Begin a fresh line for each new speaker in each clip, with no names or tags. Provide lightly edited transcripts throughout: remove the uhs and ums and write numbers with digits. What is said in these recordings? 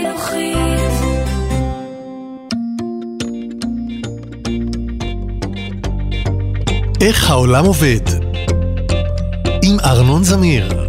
חינוכית.
איך העולם עובד? עם ארנון זמיר.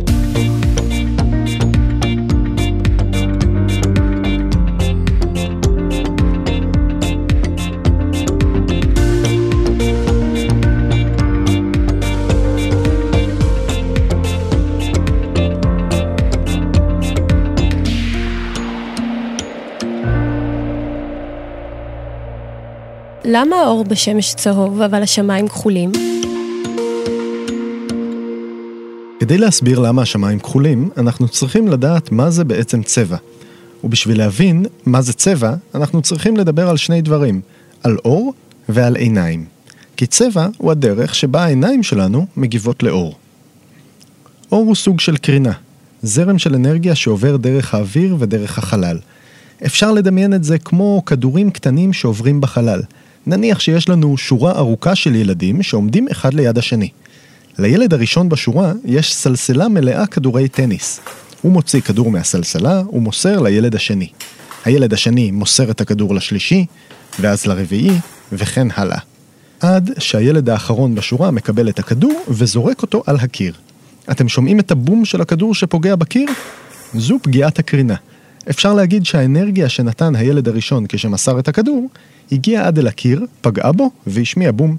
למה האור בשמש צהוב אבל השמיים כחולים?
כדי להסביר למה השמיים כחולים, אנחנו צריכים לדעת מה זה בעצם צבע. ובשביל להבין מה זה צבע, אנחנו צריכים לדבר על שני דברים, על אור ועל עיניים. כי צבע הוא הדרך שבה העיניים שלנו מגיבות לאור. אור הוא סוג של קרינה, זרם של אנרגיה שעובר דרך האוויר ודרך החלל. אפשר לדמיין את זה כמו כדורים קטנים שעוברים בחלל. נניח שיש לנו שורה ארוכה של ילדים שעומדים אחד ליד השני. לילד הראשון בשורה יש סלסלה מלאה כדורי טניס. הוא מוציא כדור מהסלסלה, הוא מוסר לילד השני. הילד השני מוסר את הכדור לשלישי, ואז לרביעי, וכן הלאה. עד שהילד האחרון בשורה מקבל את הכדור וזורק אותו על הקיר. אתם שומעים את הבום של הכדור שפוגע בקיר? זו פגיעת הקרינה. אפשר להגיד שהאנרגיה שנתן הילד הראשון כשמסר את הכדור, הגיעה עד אל הקיר, פגעה בו והשמיע בום.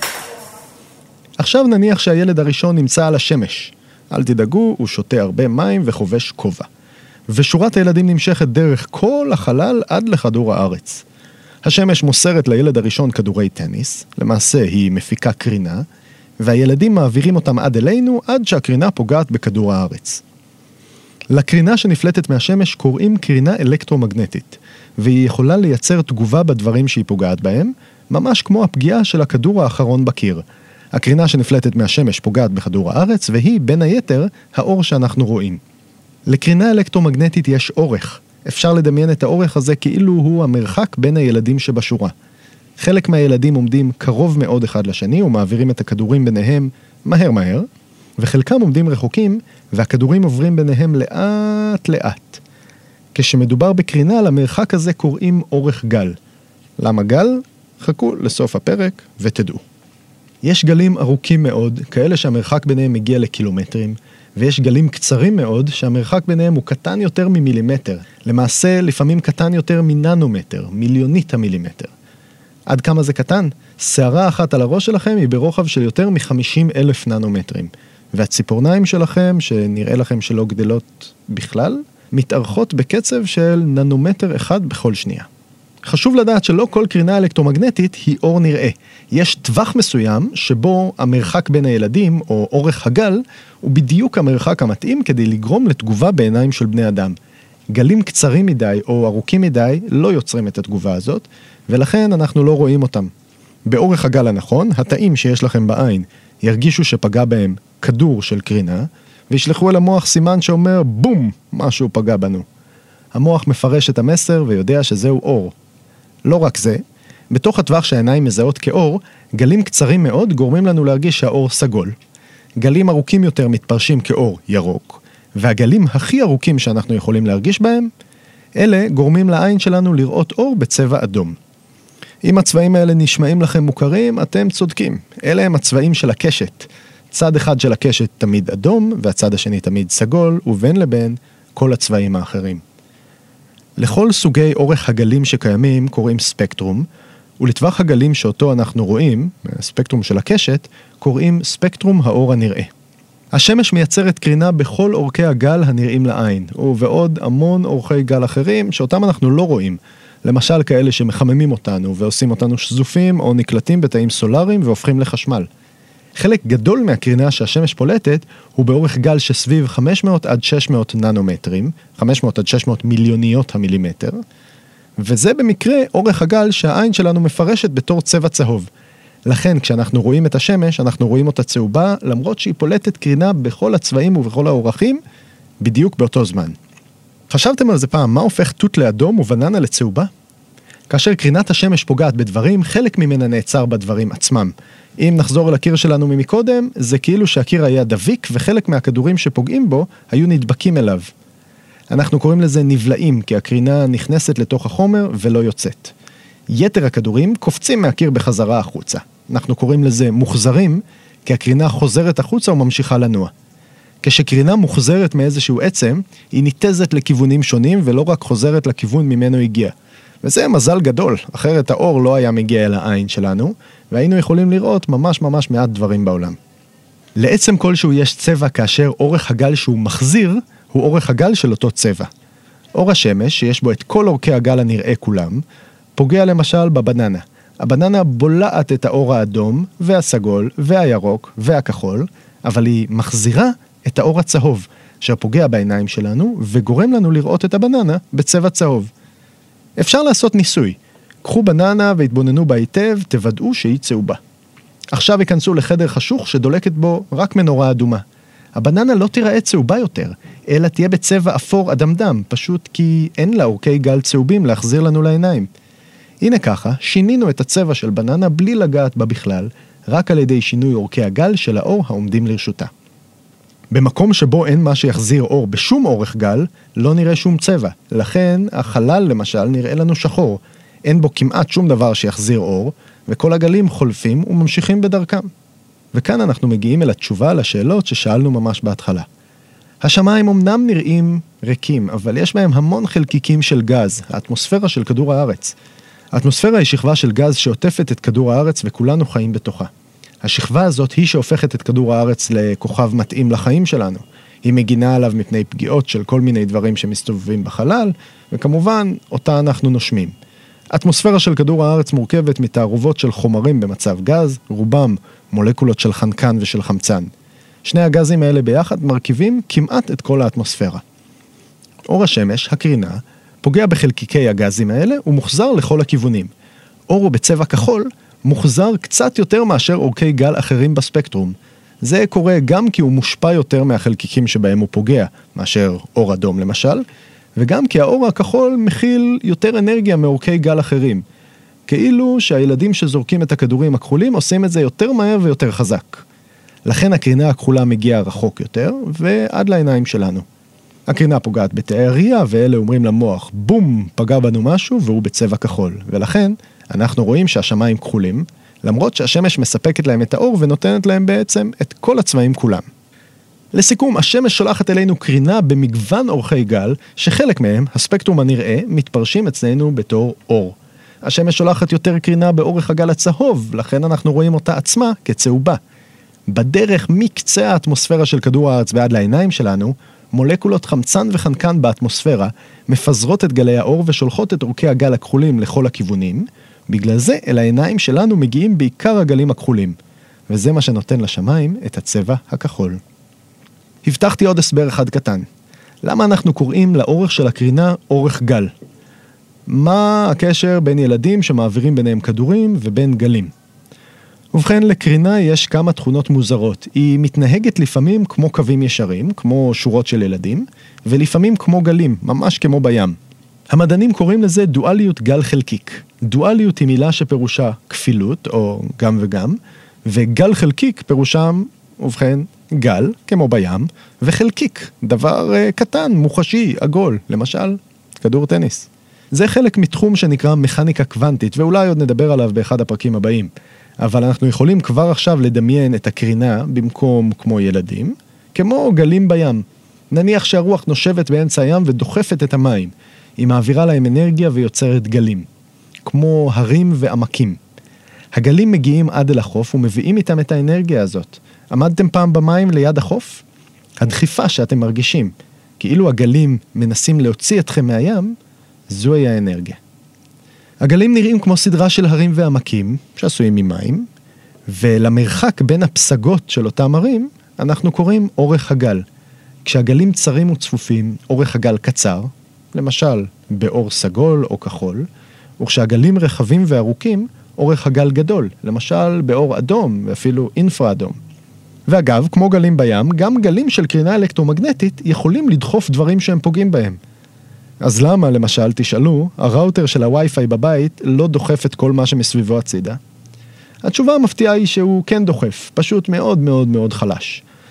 עכשיו נניח שהילד הראשון נמצא על השמש. אל תדאגו, הוא שותה הרבה מים וחובש כובע. ושורת הילדים נמשכת דרך כל החלל עד לכדור הארץ. השמש מוסרת לילד הראשון כדורי טניס, למעשה היא מפיקה קרינה, והילדים מעבירים אותם עד אלינו עד שהקרינה פוגעת בכדור הארץ. לקרינה שנפלטת מהשמש קוראים קרינה אלקטרומגנטית, והיא יכולה לייצר תגובה בדברים שהיא פוגעת בהם, ממש כמו הפגיעה של הכדור האחרון בקיר. הקרינה שנפלטת מהשמש פוגעת בכדור הארץ, והיא בין היתר האור שאנחנו רואים. לקרינה אלקטרומגנטית יש אורך. אפשר לדמיין את האורך הזה כאילו הוא המרחק בין הילדים שבשורה. חלק מהילדים עומדים קרוב מאוד אחד לשני ומעבירים את הכדורים ביניהם מהר, וחלקם עומדים רחוקים והכדורים עוברים ביניהם לאט. כשמדובר בקרינה למרחק הזה קוראים אורך גל. למה גל? חכו לסוף הפרק ותדעו. יש גלים ארוכים מאוד, כאלה שהמרחק ביניהם מגיע לקילומטרים, ויש גלים קצרים מאוד שהמרחק ביניהם הוא קטן יותר ממילימטר. למעשה לפעמים קטן יותר מננומטר, מיליונית המילימטר. עד כמה זה קטן? שערה אחת על הראש שלכם היא ברוחב של יותר מ-50,000 ננומטרים. והציפורניים שלכם, שנראה לכם שלא גדלות בכלל, מתארכות בקצב של ננומטר אחד בכל שנייה. חשוב לדעת שלא כל קרינה אלקטרומגנטית היא אור נראה. יש טווח מסוים שבו המרחק בין הילדים, או אורך הגל, הוא בדיוק המרחק המתאים כדי לגרום לתגובה בעיניים של בני אדם. גלים קצרים מדי או ארוכים מדי לא יוצרים את התגובה הזאת, ולכן אנחנו לא רואים אותם. באורך הגל הנכון, התאים שיש לכם בעין ירגישו שפגע בהם כדור של קרינה, וישלחו אל המוח סימן שאומר בום, משהו פגע בנו. המוח מפרש את המסר ויודע שזהו אור. לא רק זה, בתוך הטווח שהעיניים מזהות כאור, גלים קצרים מאוד גורמים לנו להרגיש שהאור סגול. גלים ארוכים יותר מתפרשים כאור ירוק, והגלים הכי ארוכים שאנחנו יכולים להרגיש בהם, אלה גורמים לעין שלנו לראות אור בצבע אדום. אם הצבעים האלה נשמעים לכם מוכרים, אתם צודקים. אלה הם הצבעים של הקשת. צד אחד של הקשת תמיד אדום, והצד השני תמיד סגול, ובין לבין כל הצבעים האחרים. לכל סוגי אורך הגלים שקיימים קוראים ספקטרום, ולטווח הגלים שאותו אנחנו רואים, הספקטרום של הקשת, קוראים ספקטרום האור הנראה. השמש מייצרת קרינה בכל אורכי הגל הנראים לעין, ובעוד המון אורכי גל אחרים שאותם אנחנו לא רואים, למשל כאלה שמחממים אותנו ועושים אותנו שזופים או נקלטים בתאים סולריים והופכים לחשמל. חלק גדול מהקרינה שהשמש פולטת הוא באורך גל שסביב 500 עד 600 ננומטרים, 500 עד 600 מיליוניות המילימטר, וזה במקרה אורך הגל שהעין שלנו מפרשת בתור צבע צהוב. לכן כשאנחנו רואים את השמש, אנחנו רואים אותה צהובה, למרות שהיא פולטת קרינה בכל הצבעים ובכל האורכים, בדיוק באותו זמן. חשבתם על זה פעם, מה הופך תות לאדום ובננה לצהובה? כאשר קרינת השמש פוגעת בדברים, חלק ממנה נעצר בדברים עצמם. אם נחזור אל הקיר שלנו ממקודם, זה כאילו שהקיר היה דביק וחלק מהכדורים שפוגעים בו היו נדבקים אליו. אנחנו קוראים לזה נבלעים, כי הקרינה נכנסת לתוך החומר ולא יוצאת. יתר הכדורים קופצים מהקיר בחזרה החוצה. אנחנו קוראים לזה מוחזרים, כי הקרינה חוזרת החוצה וממשיכה לנוע. כשקרינה מוחזרת מאיזשהו עצם, היא ניתזת לכיוונים שונים ולא רק חוזרת לכיוון ממנו הגיע. וזה מזל גדול, אחרת האור לא היה מגיע אל העין שלנו, והיינו יכולים לראות ממש מעט דברים בעולם. לעצם כלשהו יש צבע כאשר אורך הגל שהוא מחזיר, הוא אורך הגל של אותו צבע. אור השמש, שיש בו את כל אורכי הגל הנראה כולם, פוגע למשל בבננה. הבננה בולעת את האור האדום והסגול והירוק והכחול, אבל היא מחזירה את האור הצהוב, שפוגע בעיניים שלנו וגורם לנו לראות את הבננה בצבע צהוב. אפשר לעשות ניסוי. קחו בננה והתבוננו בה היטב, תוודאו שהיא צהובה. עכשיו ייכנסו לחדר חשוך שדולקת בו רק מנורה אדומה. הבננה לא תיראה צהובה יותר, אלא תהיה בצבע אפור אדמדם, פשוט כי אין לה אורכי גל צהובים להחזיר לנו לעיניים. הנה ככה, שינינו את הצבע של בננה בלי לגעת בה בכלל, רק על ידי שינוי אורכי הגל של האור העומדים לרשותה. במקום שבו אין מה שיחזיר אור בשום אורך גל, לא נראה שום צבע. לכן, החלל למשל נראה לנו שחור. אין בו כמעט שום דבר שיחזיר אור, וכל הגלים חולפים וממשיכים בדרכם. וכאן אנחנו מגיעים אל התשובה לשאלות ששאלנו ממש בהתחלה. השמיים אמנם נראים ריקים, אבל יש בהם המון חלקיקים של גז, האטמוספירה של כדור הארץ. האטמוספירה היא שכבה של גז שעוטפת את כדור הארץ וכולנו חיים בתוכה. השכבה הזאת היא שהופכת את כדור הארץ לכוכב מתאים לחיים שלנו. היא מגינה עליו מפני פגיעות של כל מיני דברים שמסתובבים בחלל, וכמובן אותה אנחנו נושמים. האטמוספירה של כדור הארץ מורכבת מתערובות של חומרים במצב גז, רובם מולקולות של חנקן ושל חמצן. שני הגזים האלה ביחד מרכיבים כמעט את כל האטמוספירה. אור השמש, הקרינה, פוגע בחלקיקי הגזים האלה ומוחזר לכל הכיוונים. אור בצבע כחול מוחזר קצת יותר מאשר אורכי גל אחרים בספקטרום. זה קורה גם כי הוא מושפע יותר מהחלקיקים שבהם הוא פוגע, מאשר אור אדום למשל, וגם כי האור הכחול מכיל יותר אנרגיה מאורכי גל אחרים. כאילו שהילדים שזורקים את הכדורים הכחולים עושים את זה יותר מהר ויותר חזק. לכן הקרינה הכחולה מגיעה רחוק יותר, ועד לעיניים שלנו. הקרינה פוגעת בתאי הראייה, ואלה אומרים למוח, בום, פגע בנו משהו, והוא בצבע כחול. ולכן, אנחנו רואים שהשמיים כחולים, למרות שהשמש מספקת להם את האור, ונותנת להם בעצם את כל הצבעים כולם. לסיכום, השמש שולחת אלינו קרינה במגוון אורכי גל, שחלק מהם, הספקטרום הנראה, מתפרשים אצלנו בתור אור. השמש שולחת יותר קרינה באורך הגל הצהוב, לכן אנחנו רואים אותה עצמה כצהובה. בדרך מקצה האטמוספירה של כדור הארץ ועד לעיניים שלנו, מולקולות חמצן וחנקן באטמוספירה מפזרות את גלי האור ושולחות את אורכי הגל הכחולים לכל הכיוונים, בגלל זה אל העיניים שלנו מגיעים בעיקר הגלים הכחולים, וזה מה שנותן לשמיים את הצבע הכחול. הבטחתי עוד הסבר אחד קטן. למה אנחנו קוראים לאורך של הקרינה אורך גל? מה הקשר בין ילדים שמעבירים ביניהם כדורים ובין גלים? ובכן, לקרינה יש כמה תכונות מוזרות. היא מתנהגת לפעמים כמו קווים ישרים, כמו שורות של ילדים, ולפעמים כמו גלים, ממש כמו בים. המדענים קוראים לזה דואליות גל חלקיק. דואליות היא מילה שפירושה כפילות, או גם וגם, וגל חלקיק פירושם, ובכן, גל, כמו בים, וחלקיק, דבר קטן, מוחשי, עגול, למשל, כדור טניס. זה חלק מתחום שנקרא מכניקה קוונטית, ואולי עוד נדבר עליו באחד הפרקים הבאים. אבל אנחנו יכולים כבר עכשיו לדמיין את הקרינה במקום כמו ילדים, כמו גלים בים. נניח שהרוח נושבת באמצע הים ודוחפת את המים. היא מעבירה להם אנרגיה ויוצרת גלים, כמו הרים ועמקים. הגלים מגיעים עד אל החוף ומביאים איתם את האנרגיה הזאת. עמדתם פעם במים ליד החוף? הדחיפה שאתם מרגישים, כאילו הגלים מנסים להוציא אתכם מהים, זוהי האנרגיה. הגלים נראים כמו סדרה של הרים ועמקים שעשויים ממים, ולמרחק בין הפסגות של אותם הרים אנחנו קוראים אורך הגל. כשהגלים צרים וצפופים, אורך הגל קצר, למשל באור סגול או כחול, וכשהגלים רחבים וארוכים, אורך הגל גדול, למשל באור אדום ואפילו אינפרה אדום. ואגב, כמו גלים בים, גם גלים של קרינה אלקטרומגנטית יכולים לדחוף דברים שהם פוגעים בהם. אז למה, למשל, תשאלו, הראוטר של הווי-פיי בבית לא דוחף את כל מה שמסביבו הצידה? התשובה המפתיעה היא שהוא כן דוחף, פשוט מאוד מאוד מאוד חלש.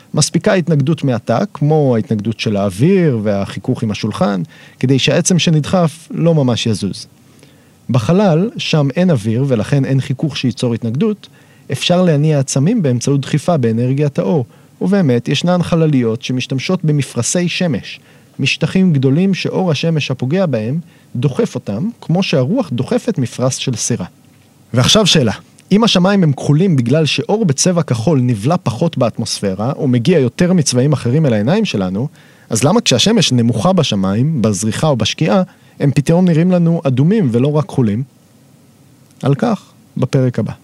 מספיקה התנגדות מעטה, כמו ההתנגדות של האוויר והחיכוך עם השולחן, כדי שהעצם שנדחף לא ממש יזוז. בחלל, שם אין אוויר ולכן אין חיכוך שייצור התנגדות, אפשר להניע עצמים באמצעות דחיפה באנרגיית האור, ובאמת ישנן חלליות שמשתמשות במפרסי שמש, משטחים גדולים שאור השמש הפוגע בהם דוחף אותם, כמו שהרוח דוחפת מפרס של סירה. ועכשיו שאלה, אם השמיים הם כחולים בגלל שאור בצבע כחול נבלע פחות באטמוספירה, או מגיע יותר מצבעים אחרים אל העיניים שלנו, אז למה כשהשמש נמוכה בשמיים, בזריחה או בשקיעה, הם פתאום נראים לנו אדומים ולא רק כחולים? על כך, בפרק הבא.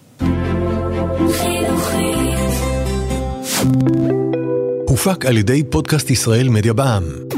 הופק על ידי פודקאסט ישראל מדיה בע"מ.